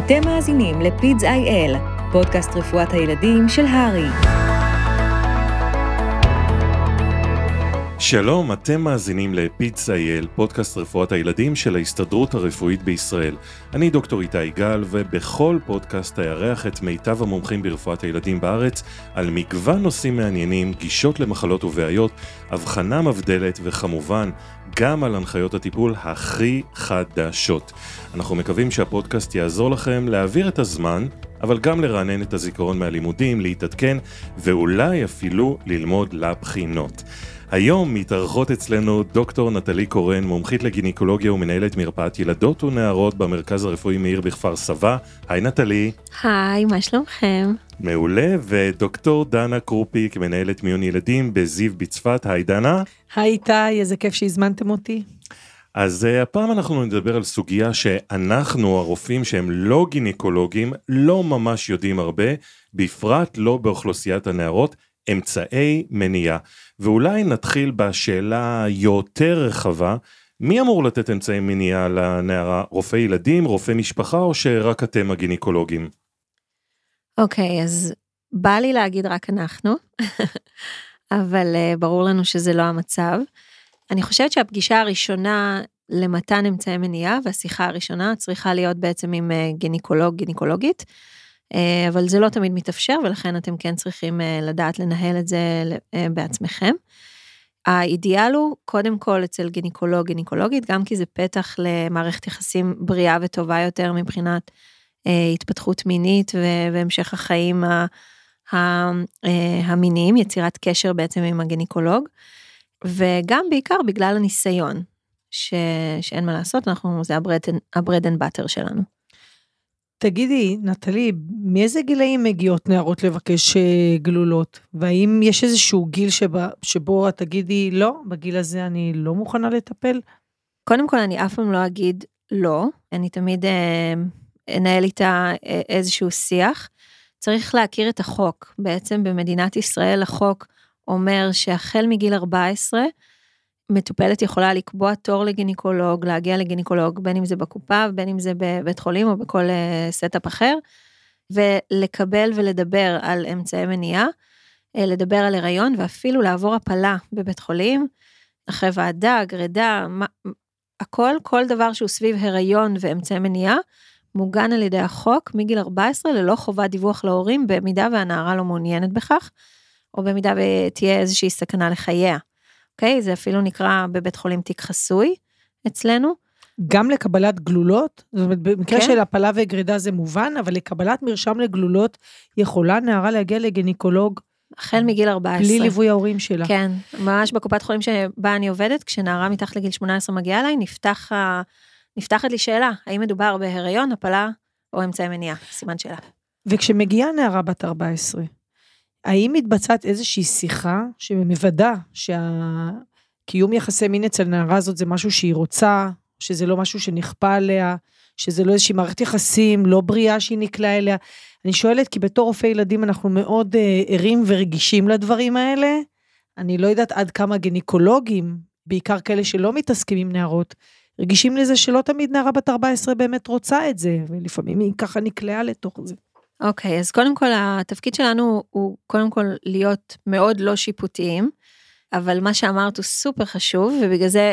אתם מאזינים לפידס איי-אל, פודקאסט רפואת הילדים של הרי. שלום, אתם מאזינים לפידס איי-אל, פודקאסט רפואת הילדים של ההסתדרות הרפואית בישראל. אני דוקטור איתי גל, ובכל פודקאסט אארח את מיטב המומחים ברפואת הילדים בארץ על מגוון נושאים מעניינים, גישות למחלות ובעיות, הבחנה מבדלת וכמובן גם על הנחיות הטיפול הכי חדשות. אנחנו מקווים שהפודקאסט יעזור לכם להעביר את הזמן, אבל גם לרענן את הזיכרון מהלימודים, להתעדכן ואולי אפילו ללמוד לבחינות. היום מתארחות אצלנו דוקטור נטלי קורן, מומחית לגינקולוגיה ומנהלת מרפאת ילדות ונערות במרכז הרפואי מאיר בכפר סבא. היי נטלי. היי, מה שלומכם? מעולה. ודוקטור דנה קרופיק, מנהלת מיון ילדים בזיו בצפת. היי דנה. היי איתי, איזה כיף שהזמנתם אותי. אז הפעם אנחנו נדבר על סוגיה שאנחנו, הרופאים שהם לא גינקולוגים, לא ממש יודעים הרבה, בפרט לא באוכלוסיית הנערות, אמצעי מניעה. ואולי נתחיל בשאלה יותר רחבה, מי אמור לתת אמצעי מניעה לנערה? רופא ילדים, רופא משפחה, או שרק אתם הגינקולוגים? אוקיי, אז בא לי להגיד רק אנחנו, אבל ברור לנו שזה לא המצב. אני חושבת שהפגישה הראשונה למתן אמצעי מניעה, והשיחה הראשונה צריכה להיות בעצם עם גינקולוג, גינקולוגית, אבל זה לא תמיד מתאפשר, ולכן אתם כן צריכים לדעת לנהל את זה בעצמכם. האידיאל הוא קודם כל אצל גינקולוג, גינקולוגית, גם כי זה פתח למערכת יחסים בריאה וטובה יותר מבחינת התפתחות מינית והמשך החיים המיניים, יצירת קשר בעצם עם הגינקולוג, וגם בעיקר בגלל הניסיון, שאין מה לעשות, זה הברד אנד באטר שלנו. תגידי, נטלי, מאיזה גילאים מגיעות נערות לבקש גלולות? והאם יש איזשהו גיל שבו את תגידי, לא, בגיל הזה אני לא מוכנה לטפל? קודם כל, אני אף פעם לא אגיד לא, אני תמיד אנהל איתה איזשהו שיח. צריך להכיר את החוק. בעצם במדינת ישראל החוק אומר שהחל מגיל 14, מטופלת יכולה לקבוע תור לגינקולוג, להגיע לגינקולוג, בין אם זה בקופה, בין אם זה בבית חולים או בכל סטאפ אחר, ולקבל ולדבר על אמצעי מניעה, לדבר על הריון, ואפילו לעבור הפלה בבית חולים, אחרי ועדה, גרידה, כל דבר שהוא סביב הריון ואמצעי מניעה, מוגן על ידי החוק מגיל 14, ללא חובת דיווח להורים, במידה והנערה לא מעוניינת בכך, או במידה ותהיה איזושהי סכנה לחייה. אוקיי? זה אפילו נקרא בבית חולים תיק חסוי אצלנו. גם לקבלת גלולות? זאת אומרת, במקרה של הפלה וגרידה זה מובן, אבל לקבלת מרשם לגלולות, יכולה נערה להגיע לגינקולוג? החל מגיל 14. בלי ליווי ההורים שלה. כן, ממש בקופת חולים שבה אני עובדת, כשנערה מתחת לגיל 18 מגיעה אליי, נפתחת לי שאלה, האם מדובר בהיריון, הפלה או אמצעי מניעה? סימן שאלה. וכשמגיעה נערה בת 14, האם מתבצעת איזושהי שיחה שמוודא שהקיום יחסי מין אצל נערה הזאת זה משהו שהיא רוצה, שזה לא משהו שנכפה עליה, שזה לא איזושהי מערכת יחסים, לא בריאה שהיא נקלה אליה? אני שואלת כי בתור רופאי ילדים אנחנו מאוד ערים ורגישים לדברים האלה, אני לא יודעת עד כמה גינקולוגים, בעיקר כאלה שלא מתעסקים עם נערות, רגישים לזה שלא תמיד נערה בת 14 באמת רוצה את זה, ולפעמים היא ככה נקלעה לתוך זה. אוקיי, אז קודם כל התפקיד שלנו הוא קודם כל להיות מאוד לא שיפוטיים, אבל מה שאמרת הוא סופר חשוב, ובגלל זה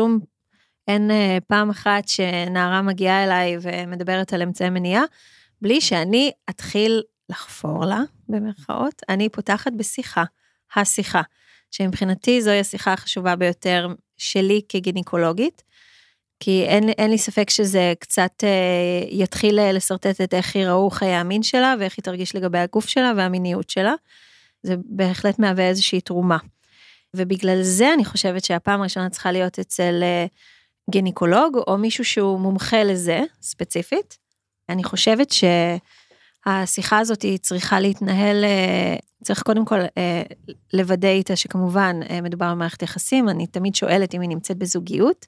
אין פעם אחת שנערה מגיעה אליי ומדברת על אמצעי מניעה, בלי שאני אתחיל לחפור לה, במרכאות, אני פותחת בשיחה, השיחה, שמבחינתי זוהי השיחה החשובה ביותר שלי כגינקולוגית, כי אין לי ספק שזה קצת יתחיל לסרטט את איך ייראו חיי המין שלה, ואיך היא תרגיש לגבי הגוף שלה והמיניות שלה. זה בהחלט מהווה איזושהי תרומה. ובגלל זה אני חושבת שהפעם הראשונה צריכה להיות אצל גינקולוג, או מישהו שהוא מומחה לזה, ספציפית. אני חושבת שהשיחה הזאת היא צריכה להתנהל, צריך קודם כל לוודא איתה שכמובן מדובר במערכת יחסים, אני תמיד שואלת אם היא נמצאת בזוגיות,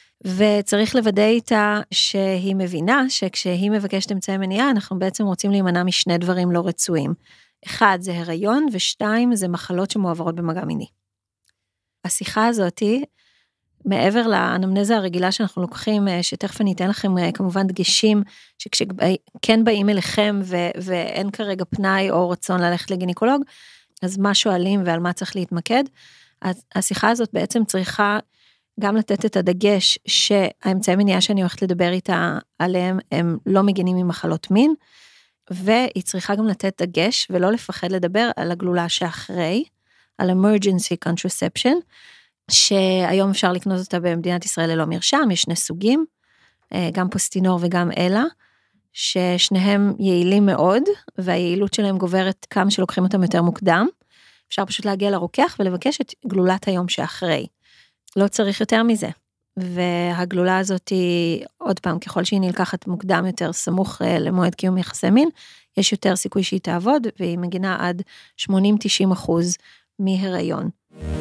וצריך לוודא איתה שהיא מבינה שכשהיא מבקשת אמצעי מניעה, אנחנו בעצם רוצים להימנע משני דברים לא רצויים. אחד זה הריון, ושתיים זה מחלות שמועברות במגע מיני. השיחה הזאת מעבר לאנמנזה הרגילה שאנחנו לוקחים, שתכף אני אתן לכם כמובן דגשים, שכשכן באים אליכם ואין כרגע פנאי או רצון ללכת לגינקולוג, אז מה שואלים ועל מה צריך להתמקד, השיחה הזאת בעצם צריכה גם לתת את הדגש שהאמצעי מניעה שאני הולכת לדבר איתה עליהם, הם לא מגינים ממחלות מין, והיא צריכה גם לתת דגש ולא לפחד לדבר על הגלולה שאחרי, על emergency contraception, שהיום אפשר לקנות אותה במדינת ישראל ללא מרשם, יש 2 סוגים, גם פוסטינור וגם אלה, ששניהם יעילים מאוד, והיעילות שלהם גוברת כמה שלוקחים אותם יותר מוקדם, אפשר פשוט להגיע לרוקח ולבקש את גלולת היום שאחרי, לא צריך יותר מזה, והגלולה הזאת היא, עוד פעם, ככל שהיא נלקחת מוקדם יותר, סמוך למועד קיום יחסי מין, יש יותר סיכוי שהיא תעבוד, והיא מגינה עד 80-90% מהיריון.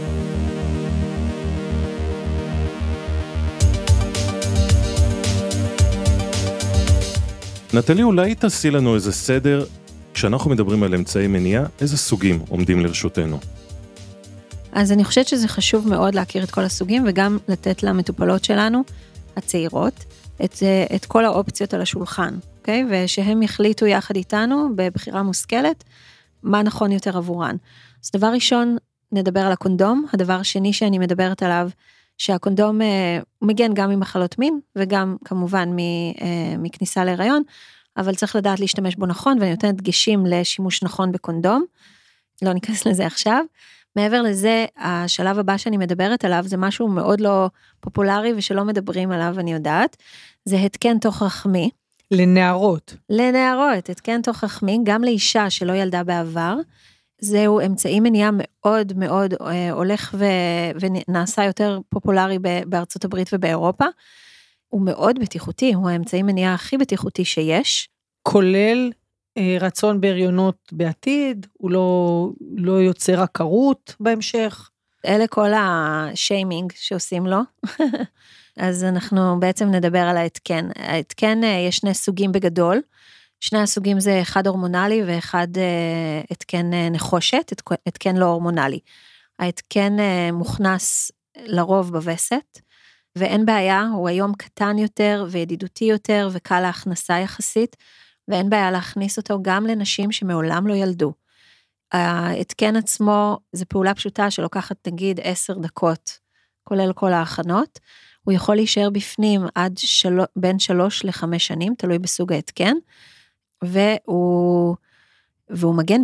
נטלי, אולי תעשי לנו איזה סדר, כשאנחנו מדברים על אמצעי מניעה, איזה סוגים עומדים לרשותנו? אז אני חושבת שזה חשוב מאוד להכיר את כל הסוגים, וגם לתת למטופלות שלנו, הצעירות, את כל האופציות על השולחן, אוקיי? ושהם יחליטו יחד איתנו, בבחירה מושכלת, מה נכון יותר עבורן. אז דבר ראשון, נדבר על הקונדום, הדבר השני שאני מדברת עליו, שהקונדום מגן גם ממחלות מין, וגם כמובן מכניסה להיריון, אבל צריך לדעת להשתמש בו נכון, ואני נותנת דגשים לשימוש נכון בקונדום, לא ניכנס לזה עכשיו. מעבר לזה, השלב הבא שאני מדברת עליו, זה משהו מאוד לא פופולרי, ושלא מדברים עליו, אני יודעת, זה התקן תוך רחמי. לנערות. לנערות, התקן תוך רחמי, גם לאישה שלא ילדה בעבר, זהו אמצעי מניעה מאוד מאוד הולך ונעשה יותר פופולרי בארצות הברית ובאירופה, הוא מאוד בטיחותי, הוא האמצעי מניעה הכי בטיחותי שיש. כולל רצון בהריונות בעתיד, הוא לא יוצר עקרות בהמשך. אלה כל השיימינג שעושים לו. אז אנחנו בעצם נדבר על ההתקן. ההתקן יש 2 סוגים בגדול, 2 הסוגים זה אחד הורמונלי ואחד התקן נחושת, התקן לא הורמונלי. ההתקן מוכנס לרוב בווסת, ואין בעיה, הוא היום קטן יותר וידידותי יותר וקל להכנסה יחסית, ואין בעיה להכניס אותו גם לנשים שמעולם לא ילדו. ההתקן עצמו זה פעולה פשוטה שלוקחת נגיד 10 דקות, כולל כל ההכנות, הוא יכול להישאר בפנים עד בין 3 ל-5 שנים, תלוי בסוג ההתקן, והוא מגן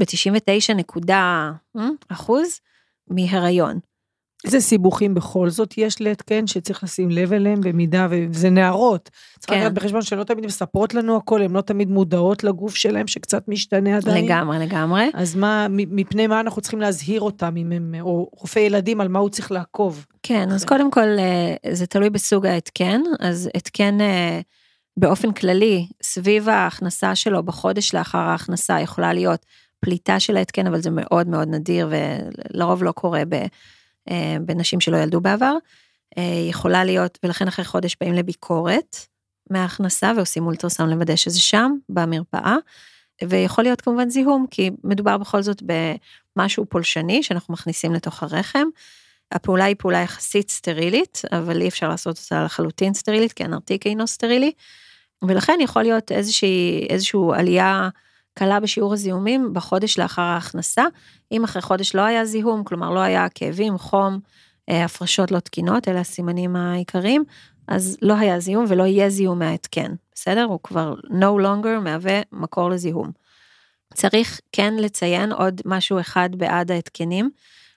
ב-99% מהיריון. איזה סיבוכים בכל זאת יש להתקן שצריך לשים לב אליהם במידה, וזה נערות. צריך לקחת בחשבון שלא תמיד מספרות לנו הכל, הן לא תמיד מודעות לגוף שלהם שקצת משתנה עדיין. לגמרי. אז מפני מה אנחנו צריכים להזהיר אותם, או רופא ילדים, על מה הוא צריך לעקוב? כן, אז קודם כל זה תלוי בסוג ההתקן, אז התקן באופן כללי, סביב ההכנסה שלו בחודש לאחר ההכנסה, יכולה להיות פליטה של ההתקן, אבל זה מאוד מאוד נדיר, ולרוב לא קורה בנשים שלא ילדו בעבר, יכולה להיות, ולכן אחרי חודש באים לביקורת מההכנסה, ועושים אולטרסאונד לוודא שזה שם, במרפאה, ויכול להיות כמובן זיהום, כי מדובר בכל זאת במשהו פולשני, שאנחנו מכניסים לתוך הרחם, הפעולה היא פעולה יחסית סטרילית, אבל אי אפשר לעשות אותה לחלוטין סטרילית, כי הנרתיק אינו סטרילי, ולכן יכול להיות איזושהי עלייה קלה בשיעור הזיהומים בחודש לאחר ההכנסה, אם אחרי חודש לא היה זיהום, כלומר לא היה כאבים, חום, הפרשות לא תקינות, אלה הסימנים העיקריים, אז לא היה זיהום ולא יהיה זיהום מההתקן, בסדר? הוא כבר no longer מהווה מקור לזיהום. צריך כן לציין עוד משהו אחד בעד ההתקנים,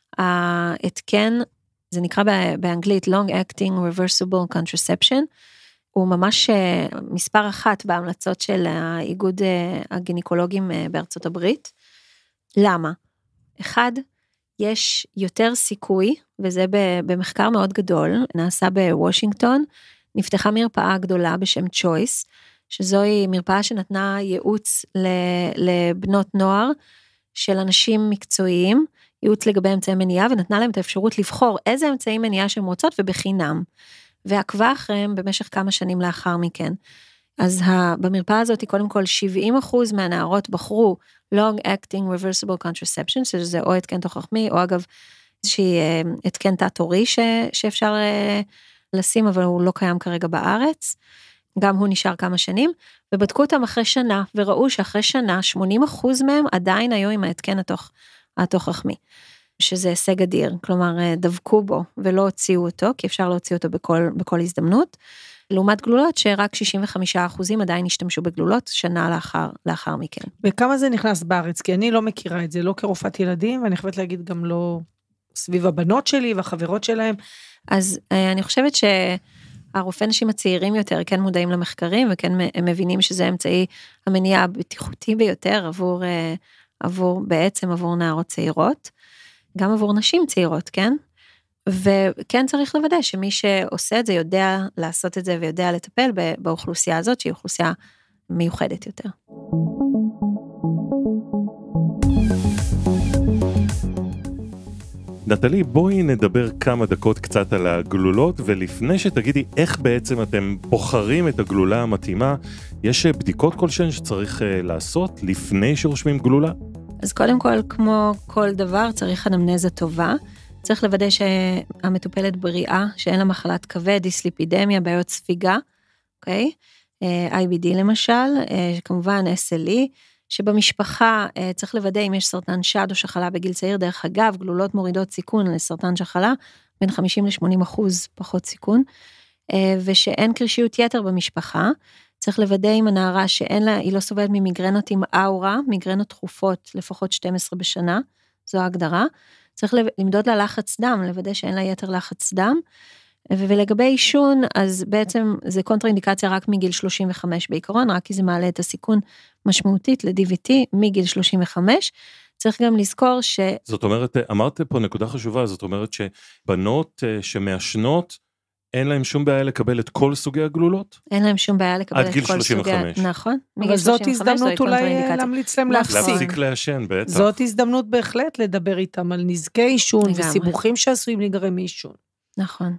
ההתקן, זה נקרא באנגלית long acting reversible contraception, הוא ממש מספר 1 בהמלצות של האיגוד הגינקולוגים בארצות הברית. למה? 1, יש יותר סיכוי, וזה במחקר מאוד גדול, נעשה בוושינגטון, נפתחה מרפאה גדולה בשם צ'ויס, שזוהי מרפאה שנתנה ייעוץ לבנות נוער, של אנשים מקצועיים, ייעוץ לגבי אמצעי מניעה, ונתנה להם את האפשרות לבחור איזה אמצעי מניעה שהן רוצות, ובחינם. ועקבה אחריהם במשך כמה שנים לאחר מכן. אז במרפאה הזאת, קודם כל, 70% מהנערות בחרו long acting reversible contraception, שזה או התקן תוך רחמי, או אגב, איזושהי התקן תת-הורי שאפשר לשים, אבל הוא לא קיים כרגע בארץ. גם הוא נשאר כמה שנים, ובדקו אותם אחרי שנה, וראו שאחרי שנה 80% מהם עדיין היו עם ההתקן התוך-רחמי, שזה הישג אדיר, כלומר דבקו בו ולא הוציאו אותו, כי אפשר להוציא אותו בכל הזדמנות, לעומת גלולות שרק 65% עדיין השתמשו בגלולות שנה לאחר מכן. וכמה זה נכנס בארץ? כי אני לא מכירה את זה, לא כרופאת ילדים, ואני חייבת להגיד גם לא סביב הבנות שלי והחברות שלהם. אז אני חושבת הרופא נשים הצעירים יותר כן מודעים למחקרים, וכן הם מבינים שזה אמצעי המניעה הבטיחותי ביותר עבור נערות צעירות, גם עבור נשים צעירות, כן? וכן צריך לוודא שמי שעושה את זה יודע לעשות את זה ויודע לטפל באוכלוסייה הזאת, שהיא אוכלוסייה מיוחדת יותר. נטלי, בואי נדבר כמה דקות קצת על הגלולות, ולפני שתגידי איך בעצם אתם בוחרים את הגלולה המתאימה, יש בדיקות כלשהן שצריך לעשות לפני שרושמים גלולה? אז קודם כל, כמו כל דבר, צריך אנמנזה טובה, צריך לוודא שהמטופלת בריאה, שאין לה מחלת כבד, דיסליפידמיה, בעיות ספיגה, אוקיי? IBD למשל, כמובן SLE, שבמשפחה צריך לוודא אם יש סרטן שד או שחלה בגיל צעיר, דרך אגב, גלולות מורידות סיכון לסרטן שחלה, בין 50-80% פחות סיכון, ושאין קרישיות יתר במשפחה, צריך לוודא עם הנערה שאין לה, היא לא סובלת ממיגרנות עם אאורה, מיגרנות תכופות לפחות 12 בשנה, זו ההגדרה, צריך למדוד לה לחץ דם, לוודא שאין לה יתר לחץ דם, ולגבי עישון, אז בעצם זה קונטראינדיקציה רק מגיל 35 בעיקרון, רק כי זה מעלה את הסיכון משמעותית ל-DVT מגיל 35, צריך גם לזכור זאת אומרת, אמרת פה נקודה חשובה, זאת אומרת שבנות שמעשנות, אין להם שום בעיה לקבל את כל סוגי הגלולות? אין להם שום בעיה לקבל את כל סוגי... עד גיל 35. נכון. אבל זאת הזדמנות אולי להמליץ להם להפסיק לעשן, בטח. זאת הזדמנות בהחלט לדבר איתם על נזקי עישון וסיבוכים שעשויים להיגרם מעישון. נכון.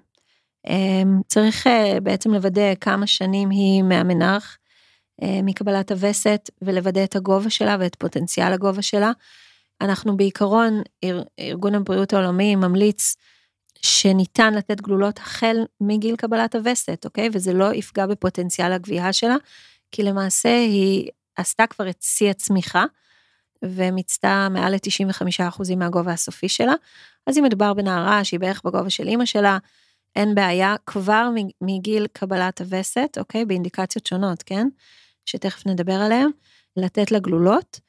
צריך בעצם לוודא כמה שנים היא מהמנח מקבלת הווסת, ולוודא את הגובה שלה ואת פוטנציאל הגובה שלה. אנחנו בעיקרון, ארגון הבריאות העולמי ממליץ שניתן לתת גלולות החל מגיל קבלת הווסת, אוקיי? וזה לא יפגע בפוטנציאל הגבייה שלה, כי למעשה היא עשתה כבר את שיא הצמיחה, ומצתה מעל ל-95% מהגובה הסופי שלה, אז אם מדובר בנערה שהיא בערך בגובה של אמא שלה, אין בעיה, כבר מגיל קבלת הווסת, אוקיי? באינדיקציות שונות, כן? שתכף נדבר עליהן, לתת לה גלולות,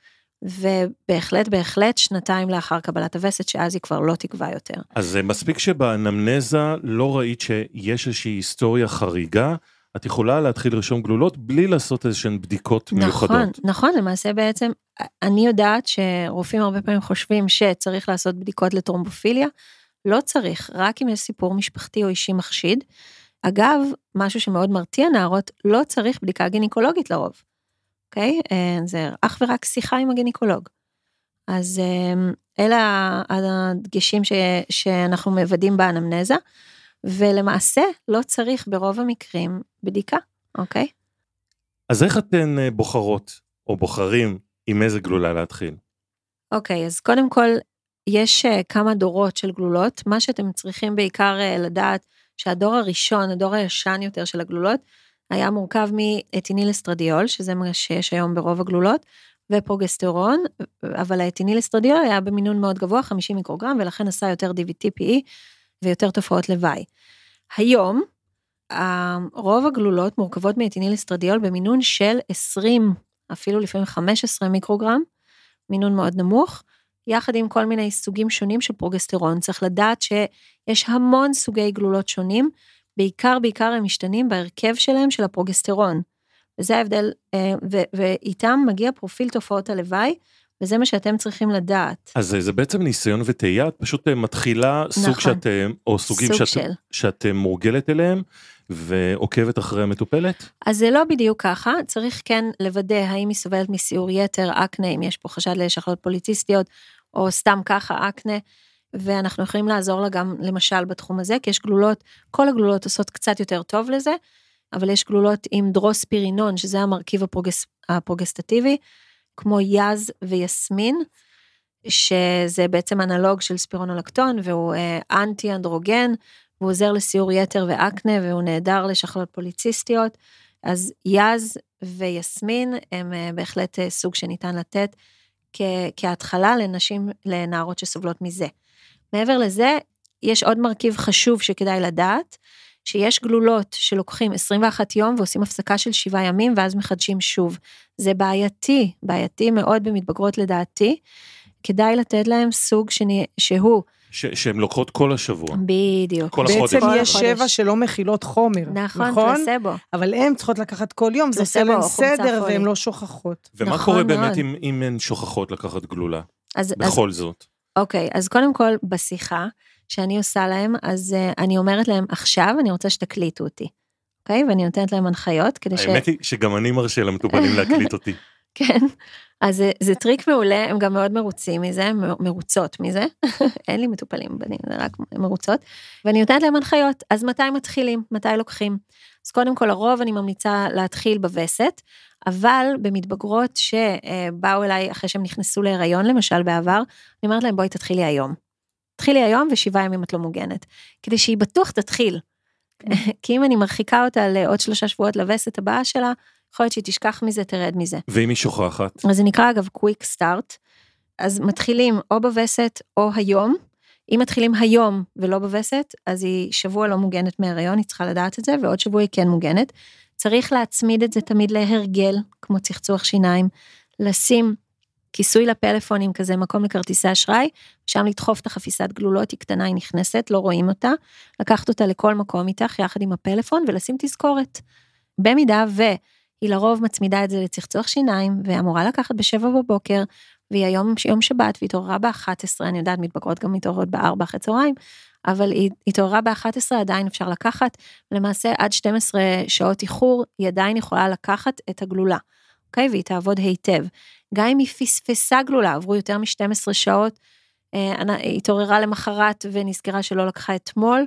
ובהחלט שנתיים לאחר קבלת הווסת, שאז היא כבר לא תקבע יותר. אז מספיק שבאנמנזה לא ראית שיש איזושהי היסטוריה חריגה, את יכולה להתחיל לרשום גלולות, בלי לעשות איזושהי בדיקות מיוחדות. נכון, למעשה בעצם, אני יודעת שרופאים הרבה פעמים חושבים שצריך לעשות בדיקות לטרומבופיליה, לא צריך, רק אם יש סיפור משפחתי או אישי מחשיד. אגב, משהו שמאוד מרתיע נערות, לא צריך בדיקה גינקולוגית לרוב. אוקיי? זה אך ורק שיחה עם הגינקולוג. אז אלה הדגשים שאנחנו מוודאים באנמנזה, ולמעשה לא צריך ברוב המקרים בדיקה, אוקיי? אז איך אתן בוחרות או בוחרים עם איזה גלולה להתחיל? אוקיי, אז קודם כל, יש כמה דורות של גלולות, מה שאתם צריכים בעיקר לדעת, שהדור הראשון, הדור הישן יותר של הגלולות, היה מורכב מאתיניל אסטרדיול, שזה מה שיש היום ברוב הגלולות, ופרוגסטרון, אבל האתיניל אסטרדיול היה במינון מאוד גבוה, 50 מיקרוגרם, ולכן עשה יותר DVT-PE, ויותר תופעות לוואי. היום, רוב הגלולות מורכבות מאתיניל אסטרדיול, במינון של 20, אפילו לפעמים 15 מיקרוגרם, מינון מאוד נמוך, יחד עם כל מיני סוגים שונים של פרוגסטרון, צריך לדעת שיש המון סוגי גלולות שונים, בעיקר הם משתנים בהרכב שלהם של הפרוגסטרון, וזה ההבדל, ואיתם מגיע פרופיל תופעות הלוואי, וזה מה שאתם צריכים לדעת. אז זה בעצם ניסיון וטעייה, את פשוט מתחילה סוג שאתם, או סוגים שאת מורגלת אליהם, ועוקבת אחרי המטופלת? אז זה לא בדיוק ככה, צריך כן לוודא האם היא סובלת מסיעור יתר, אקנה, אם יש פה חשד לשחלות פוליציסטיות, או סתם ככה אקנה, ואנחנו יכולים לעזור לה גם למשל בתחום הזה, כי יש גלולות, כל הגלולות עושות קצת יותר טוב לזה, אבל יש גלולות עם דרוספירינון, שזה המרכיב הפרוגסטטיבי, כמו יז ויסמין, שזה בעצם אנלוג של ספירונולקטון, והוא אנטי-אנדרוגן, והוא עוזר לסיור יתר ואקנה, והוא נהדר לשחלות פוליציסטיות, אז יז ויסמין הם בהחלט סוג שניתן לתת, כהתחלה לנערות שסובלות מזה. מעבר לזה, יש עוד מרכיב חשוב שכדאי לדעת, שיש גלולות שלוקחים 21 יום ועושים הפסקה של 7 ימים ואז מחדשים שוב. זה בעייתי מאוד במתבגרות לדעתי, כדאי לתת להם סוג שהוא. שהן לוקחות כל השבוע. בדיוק. כל החודש. בעצם יש 7 שלא מכילות חומר. נכון? פלסבו. אבל הן צריכות לקחת כל יום, זה עושה להן סדר והן לא שוכחות. ומה קורה באמת אם הן שוכחות לקחת גלולה? בכל זאת. אוקיי, אז קודם כל בשיחה שאני עושה להם, אז אני אומרת להם עכשיו, אני רוצה שתקליטו אותי. אוקיי? ואני נותנת להם הנחיות כדי האמת היא שגם אני מרשה למטופלים להקליט אותי. כן. אז זה טריק מעולה, הם גם מאוד מרוצים מזה, מרוצות מזה, אין לי מטופלים בנים, זה רק מרוצות, ואני נותנת להם הנחיות, אז מתי מתחילים, מתי לוקחים? אז קודם כל הרוב אני ממליצה להתחיל בווסת, אבל במתבגרות שבאו אליי אחרי שהם נכנסו להיריון, למשל בעבר, אני אומרת להם בואי תתחילי היום. תתחילי היום ו7 ימים את לא מוגנת, כדי שהיא בטוח תתחיל, כי אם אני מרחיקה אותה לעוד 3 שבועות לווסת הבאה שלה, יכול להיות שהיא תשכח מזה, תרד מזה. ואם היא שוכחת? אז זה נקרא אגב קוויק סטארט, אז מתחילים או בווסת או היום, אם מתחילים היום ולא בווסת, אז היא שבוע לא מוגנת מהיריון, היא צריכה לדעת את זה, ועוד שבוע היא כן מוגנת. צריך להצמיד את זה תמיד להרגל, כמו צחצוח שיניים, לשים כיסוי לפלאפונים כזה, מקום לכרטיסי אשראי, שם לדחוף את החפיסת גלולות, היא קטנה, היא נכנסת, לא רואים אותה, לקחת אותה לכל מקום איתך, יחד עם הפלאפון, ולשים תזכורת. במידה היא לרוב מצמידה את זה לצחצוח שיניים, ואמורה לקחת ב7 בבוקר, והיא היום יום שבת, והיא התעוררה ב11, אני יודעת, מתבגרות גם מתעוררות ב4 אחרי צהריים, אבל היא התעוררה ב11, עדיין אפשר לקחת, למעשה עד 12 שעות איחור, היא עדיין יכולה לקחת את הגלולה, אוקיי? והיא תעבוד היטב. גם אם היא פספסה גלולה, עברו יותר מ-12 שעות, היא התעוררה למחרת, ונזכרה שלא לקחה אתמול,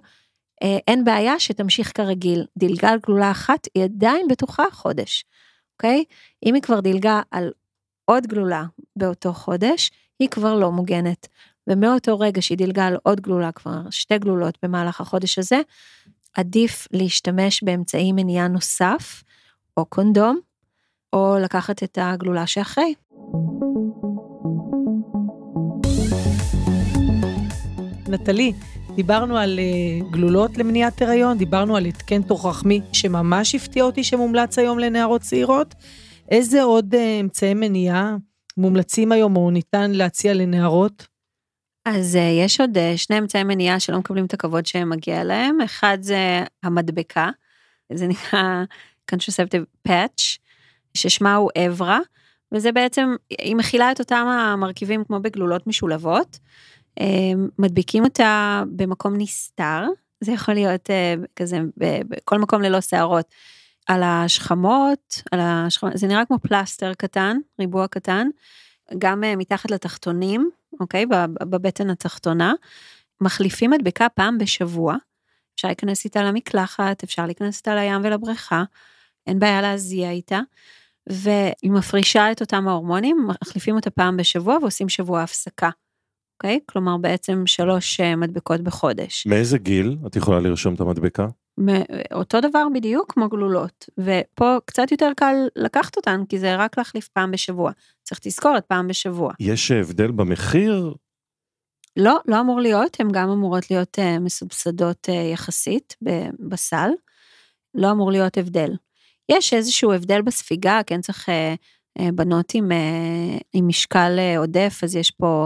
אין בעיה שתמשיך כרגיל, דילגה על גלולה אחת, היא עדיין בטוחה חודש, אוקיי? אם היא כבר דילגה על עוד גלולה באותו חודש, היא כבר לא מוגנת, ומאותו רגע שהיא דילגה על עוד גלולה, כבר 2 גלולות במהלך החודש הזה, עדיף להשתמש באמצעי מניעה נוסף, או קונדום, או לקחת את הגלולה שאחרי. נטלי, דיברנו על גלולות למניעת הריון, דיברנו על התקן תוך רחמי, שממש הפתיע אותי שמומלץ היום לנערות צעירות. איזה עוד אמצעי מניעה מומלצים היום או ניתן להציע לנערות? אז יש עוד 2 אמצעי מניעה שלא מקבלים את הכבוד שהם מגיע להם. אחד זה המדבקה, זה נקרא contraceptive patch, ששמה הוא אברה, וזה בעצם, היא מכילה את אותם המרכיבים כמו בגלולות משולבות, מדביקים אותה במקום נסתר, זה יכול להיות כזה, בכל מקום ללא שערות, על השכמות, זה נראה כמו פלסטר קטן, ריבוע קטן, גם מתחת לתחתונים, אוקיי, בבטן התחתונה, מחליפים מדבקה פעם בשבוע, אפשר להיכנס איתה למקלחת, אפשר להיכנס איתה לים ולבריכה, אין בעיה להזיע איתה, והיא מפרישה את אותם ההורמונים, מחליפים אותה פעם בשבוע, ועושים שבוע הפסקה, אוקיי? כלומר בעצם 3 מדבקות בחודש. מאיזה גיל את יכולה לרשום את המדבקה? אותו דבר בדיוק כמו גלולות, ופה קצת יותר קל לקחת אותן, כי זה רק להחליף פעם בשבוע, צריך תזכורת פעם בשבוע. יש הבדל במחיר? לא, לא אמור להיות, הן גם אמורות להיות מסובסדות יחסית בסל, לא אמור להיות הבדל. יש איזשהו הבדל בספיגה, כן צריך בנות עם משקל עודף, אז יש פה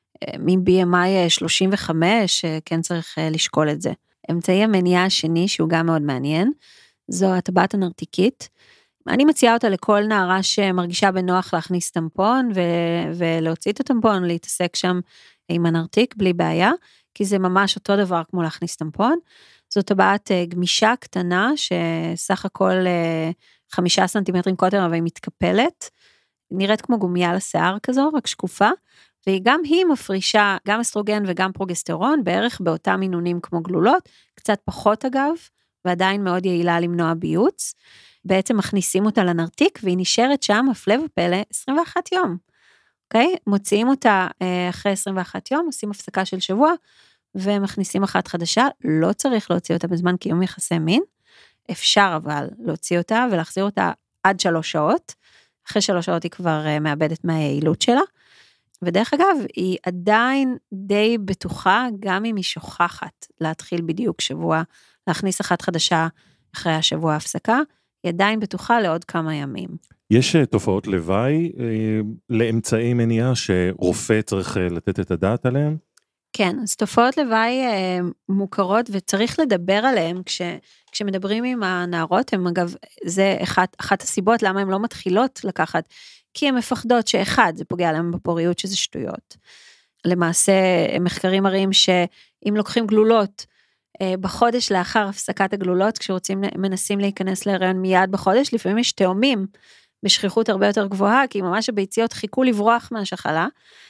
מ-BMI 35, כן צריך לשקול את זה. אמצעי המניעה השני, שהוא גם מאוד מעניין, זו הטבעת הנרתיקית. אני מציעה אותה לכל נערה שמרגישה בנוח להכניס טמפון, ולהוציא את הטמפון, להתעסק שם עם הנרתיק, בלי בעיה, כי זה ממש אותו דבר כמו להכניס טמפון. זו טבעת גמישה קטנה, שסך הכל 5 סנטימטרים קוטר, אבל היא מתקפלת, נראית כמו גומיה לשיער כזו, רק שקופה, וגם היא מפרישה גם אסטרוגן וגם פרוגסטרון, בערך באותם מינונים כמו גלולות, קצת פחות אגב, ועדיין מאוד יעילה למנוע ביוץ, בעצם מכניסים אותה לנרתיק, והיא נשארת שם, הפלא ופלא, 21 יום. אוקיי? מוציאים אותה אחרי 21 יום, עושים הפסקה של שבוע, ומכניסים אחת חדשה, לא צריך להוציא אותה בזמן קיום יחסי מין, אפשר אבל להוציא אותה ולהחזיר אותה עד 3 שעות, אחרי 3 שעות היא כבר מאבדת מהיעילות שלה, ודרך אגב, היא עדיין די בטוחה, גם אם היא שוכחת להתחיל בדיוק שבוע, להכניס אחת חדשה אחרי השבוע ההפסקה, היא עדיין בטוחה לעוד כמה ימים. יש תופעות לוואי לאמצעי מניעה שרופא צריך לתת את הדעת עליהן? כן, אז תופעות לוואי מוכרות וצריך לדבר עליהן כשמדברים עם הנערות, הם אגב, זה אחת הסיבות למה הן לא מתחילות לקחת, כי הן מפחדות שאחד, זה פוגע להם בפוריות שזה שטויות. למעשה, מחקרים מראים שאם לוקחים גלולות בחודש לאחר הפסקת הגלולות, מנסים להיכנס להיריון מיד בחודש, לפעמים יש תאומים בשכיחות הרבה יותר גבוהה, כי ממש הביציות חיכו לברוח מהשחלה,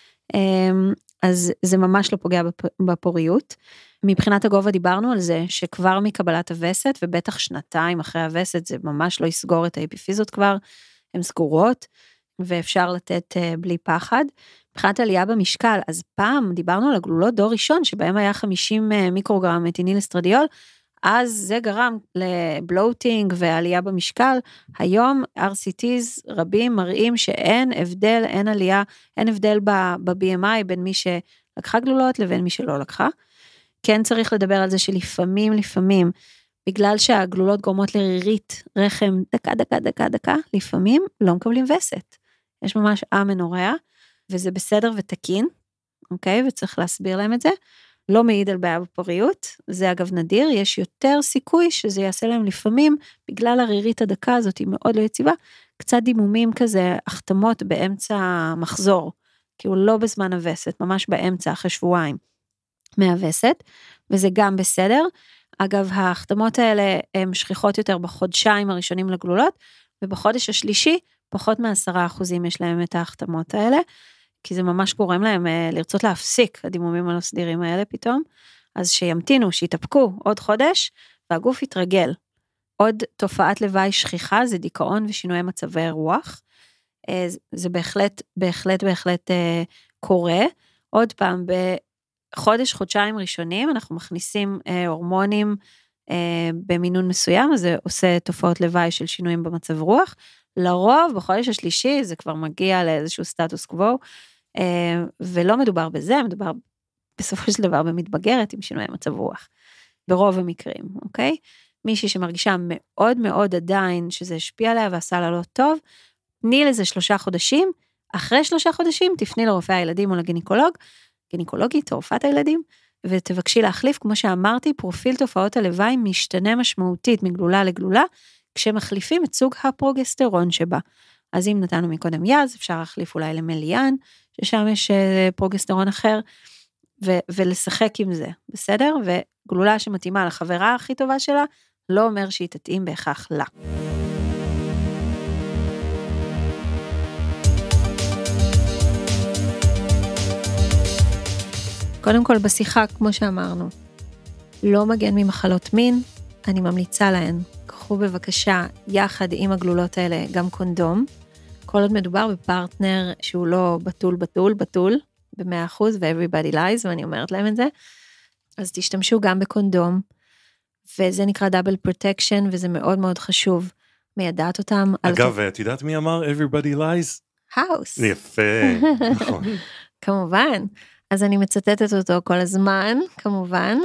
אז זה ממש לא פוגע בפוריות. מבחינת הגובה דיברנו על זה, שכבר מקבלת הווסת, ובטח 2 אחרי הווסת, זה ממש לא יסגור את האפיפיזות כבר, הן סגורות, ואפשר לתת בלי פחד. מבחינת עלייה במשקל, אז פעם דיברנו על הגלולות דור ראשון, שבהם היה 50 מיקרוגרם מתיניל אסטרדיול, אז זה גרם לבלוטינג ועלייה במשקל. היום RCTs רבים מראים שאין הבדל, אין עלייה, אין הבדל ב-BMI בין מי שלקחה גלולות לבין מי שלא לקחה. כן צריך לדבר על זה שלפעמים, בגלל שהגלולות גורמות לרירית רחם דקה, לפעמים לא מקבלים וסת. יש ממש אמנוריה, וזה בסדר ותקין, אוקיי? וצריך להסביר להם את זה. לא מעיד על בעיה בפוריות, זה אגב נדיר, יש יותר סיכוי שזה יעשה להם לפעמים, בגלל הרירית הדקה הזאת, היא מאוד לא יציבה, קצת דימומים כזה, החתמות באמצע המחזור, כי הוא לא בזמן הווסת, ממש באמצע, אחרי שבועיים מהווסת, וזה גם בסדר. אגב, ההחתמות האלה הן שכיחות יותר בחודשיים הראשונים לגלולות, ובחודש השלישי, פחות מ10% יש להם את ההחתמות האלה, כי זה ממש גורם להם לרצות להפסיק הדימומים הלא סדירים האלה פתאום, אז שימתינו, שיתאפקו עוד חודש, והגוף יתרגל. עוד תופעת לוואי שכיחה, זה דיכאון ושינוי מצבי רוח, זה בהחלט קורה. עוד פעם, חודשיים ראשונים, אנחנו מכניסים הורמונים במינון מסוים, אז זה עושה תופעות לוואי של שינויים במצב רוח, לרוב בחודש השלישי זה כבר מגיע לאיזשהו סטטוס קוו, ולא מדובר בזה, מדובר בסופו של דבר במתבגרת עם שינוי מצב רוח, ברוב המקרים, אוקיי? מישהי שמרגישה מאוד מאוד עדיין שזה השפיע עליה ועשה לה לא טוב, תני לזה 3 חודשים, אחרי 3 חודשים תפני לרופא הילדים או לגינקולוג, גינקולוגית או רופאת הילדים, ותבקשי להחליף, כמו שאמרתי, פרופיל תופעות הלוואי משתנה משמעותית מגלולה לגלולה, כשמחליפים את סוג הפרוגסטרון שבה. אז אם נתנו מקודם יז, אפשר להחליף אולי למליאן, ששם יש פרוגסטרון אחר, ולשחק עם זה, בסדר? וגלולה שמתאימה לחברה הכי טובה שלה, לא אומר שהיא תתאים בהכרח לה. קודם כל בשיחה, כמו שאמרנו, לא מגן ממחלות מין, אני ממליצה להן, קחו בבקשה יחד עם הגלולות האלה גם קונדום, כל עוד מדובר בפרטנר שהוא לא בטול, ב100%, ו-everybody lies, ואני אומרת להם את זה, אז תשתמשו גם בקונדום, וזה נקרא double protection, וזה מאוד מאוד חשוב, מיידעת אותם. אגב, את יודעת מי אמר everybody lies? House. יפה, נכון. כמובן, אז אני מצטטת אותו כל הזמן, כמובן,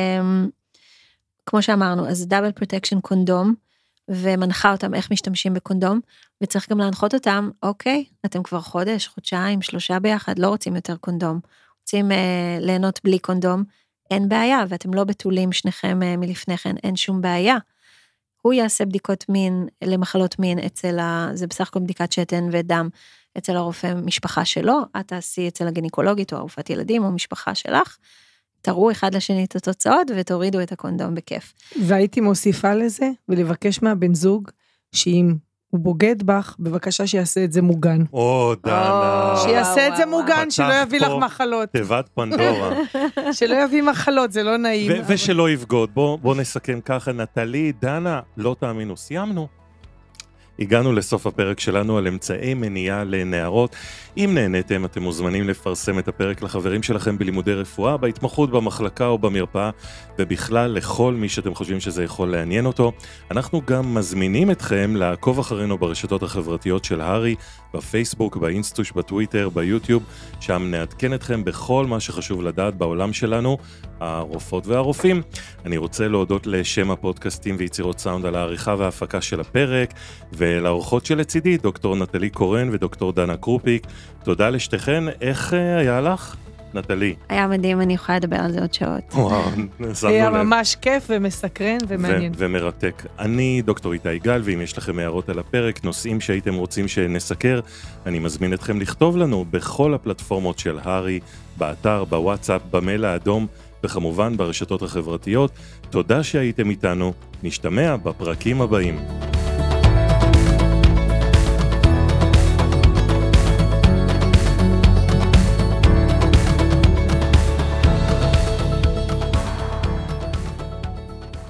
כמו שאמרנו, אז double protection קונדום, ומנחה אותם איך משתמשים בקונדום, וצריך גם להנחות אותם, אוקיי, אתם כבר חודש, חודשיים, 3 ביחד, לא רוצים יותר קונדום, רוצים ליהנות בלי קונדום, אין בעיה, ואתם לא בתולים שניכם מלפני כן, אין שום בעיה. הוא יעשה בדיקות מין למחלות מין זה בסך הכל בדיקת שתן ודם אצל הרופא משפחה שלו, את תעשי אצל הגינקולוגית או הרופאת ילדים או משפחה שלך, תראו אחד לשני את התוצאות ותורידו את הקונדום בכיף. והייתי מוסיפה לזה ולבקש מהבן זוג שאם הוא בוגד בך, בבקשה שיעשה את זה מוגן. או, דנה. שיעשה את זה מוגן, שלא יביא לך מחלות. תיבת פנדורה. שלא יביא מחלות, זה לא נעים. ושלא יבגוד. בוא נסכם ככה, נטלי, דנה, לא תאמינו, סיימנו. הגענו לסוף הפרק שלנו על אמצעי מניעה לנערות. אם נהניתם, אתם מוזמנים לפרסם את הפרק לחברים שלכם בלימודי רפואה, בהתמחות במחלקה או במרפאה, ובכלל לכל מי שאתם חושבים שזה יכול לעניין אותו. אנחנו גם מזמינים אתכם לעקוב אחרינו ברשתות החברתיות של הרי, בפייסבוק, באינסטוש, בטוויטר, ביוטיוב, שם נעדכן אתכם בכל מה שחשוב לדעת בעולם שלנו, הרופאות והרופאים. אני רוצה להודות לשם הפודקאסטים ויצירות סאונד על העריכה וההפקה של הפרק, ולאורחות שלצידי, דוקטור נטלי קורן ודוקטור דנה קרופיק. תודה לשתיכן. איך היה לך, נטלי? היה מדהים, אני יכולה לדבר על זה עוד שעות. וואו, שמנו היה לב. ממש כיף ומסקרן ומעניין. ומרתק. אני דוקטור איתי גל, ואם יש לכם הערות על הפרק, נושאים שהייתם רוצים שנסקר, אני מזמין אתכם לכתוב לנו בכל הפלטפורמות של הרי, באתר, בוואטסאפ, במייל האדום, וכמובן ברשתות החברתיות. תודה שהייתם איתנו, נשתמע בפרקים הבאים.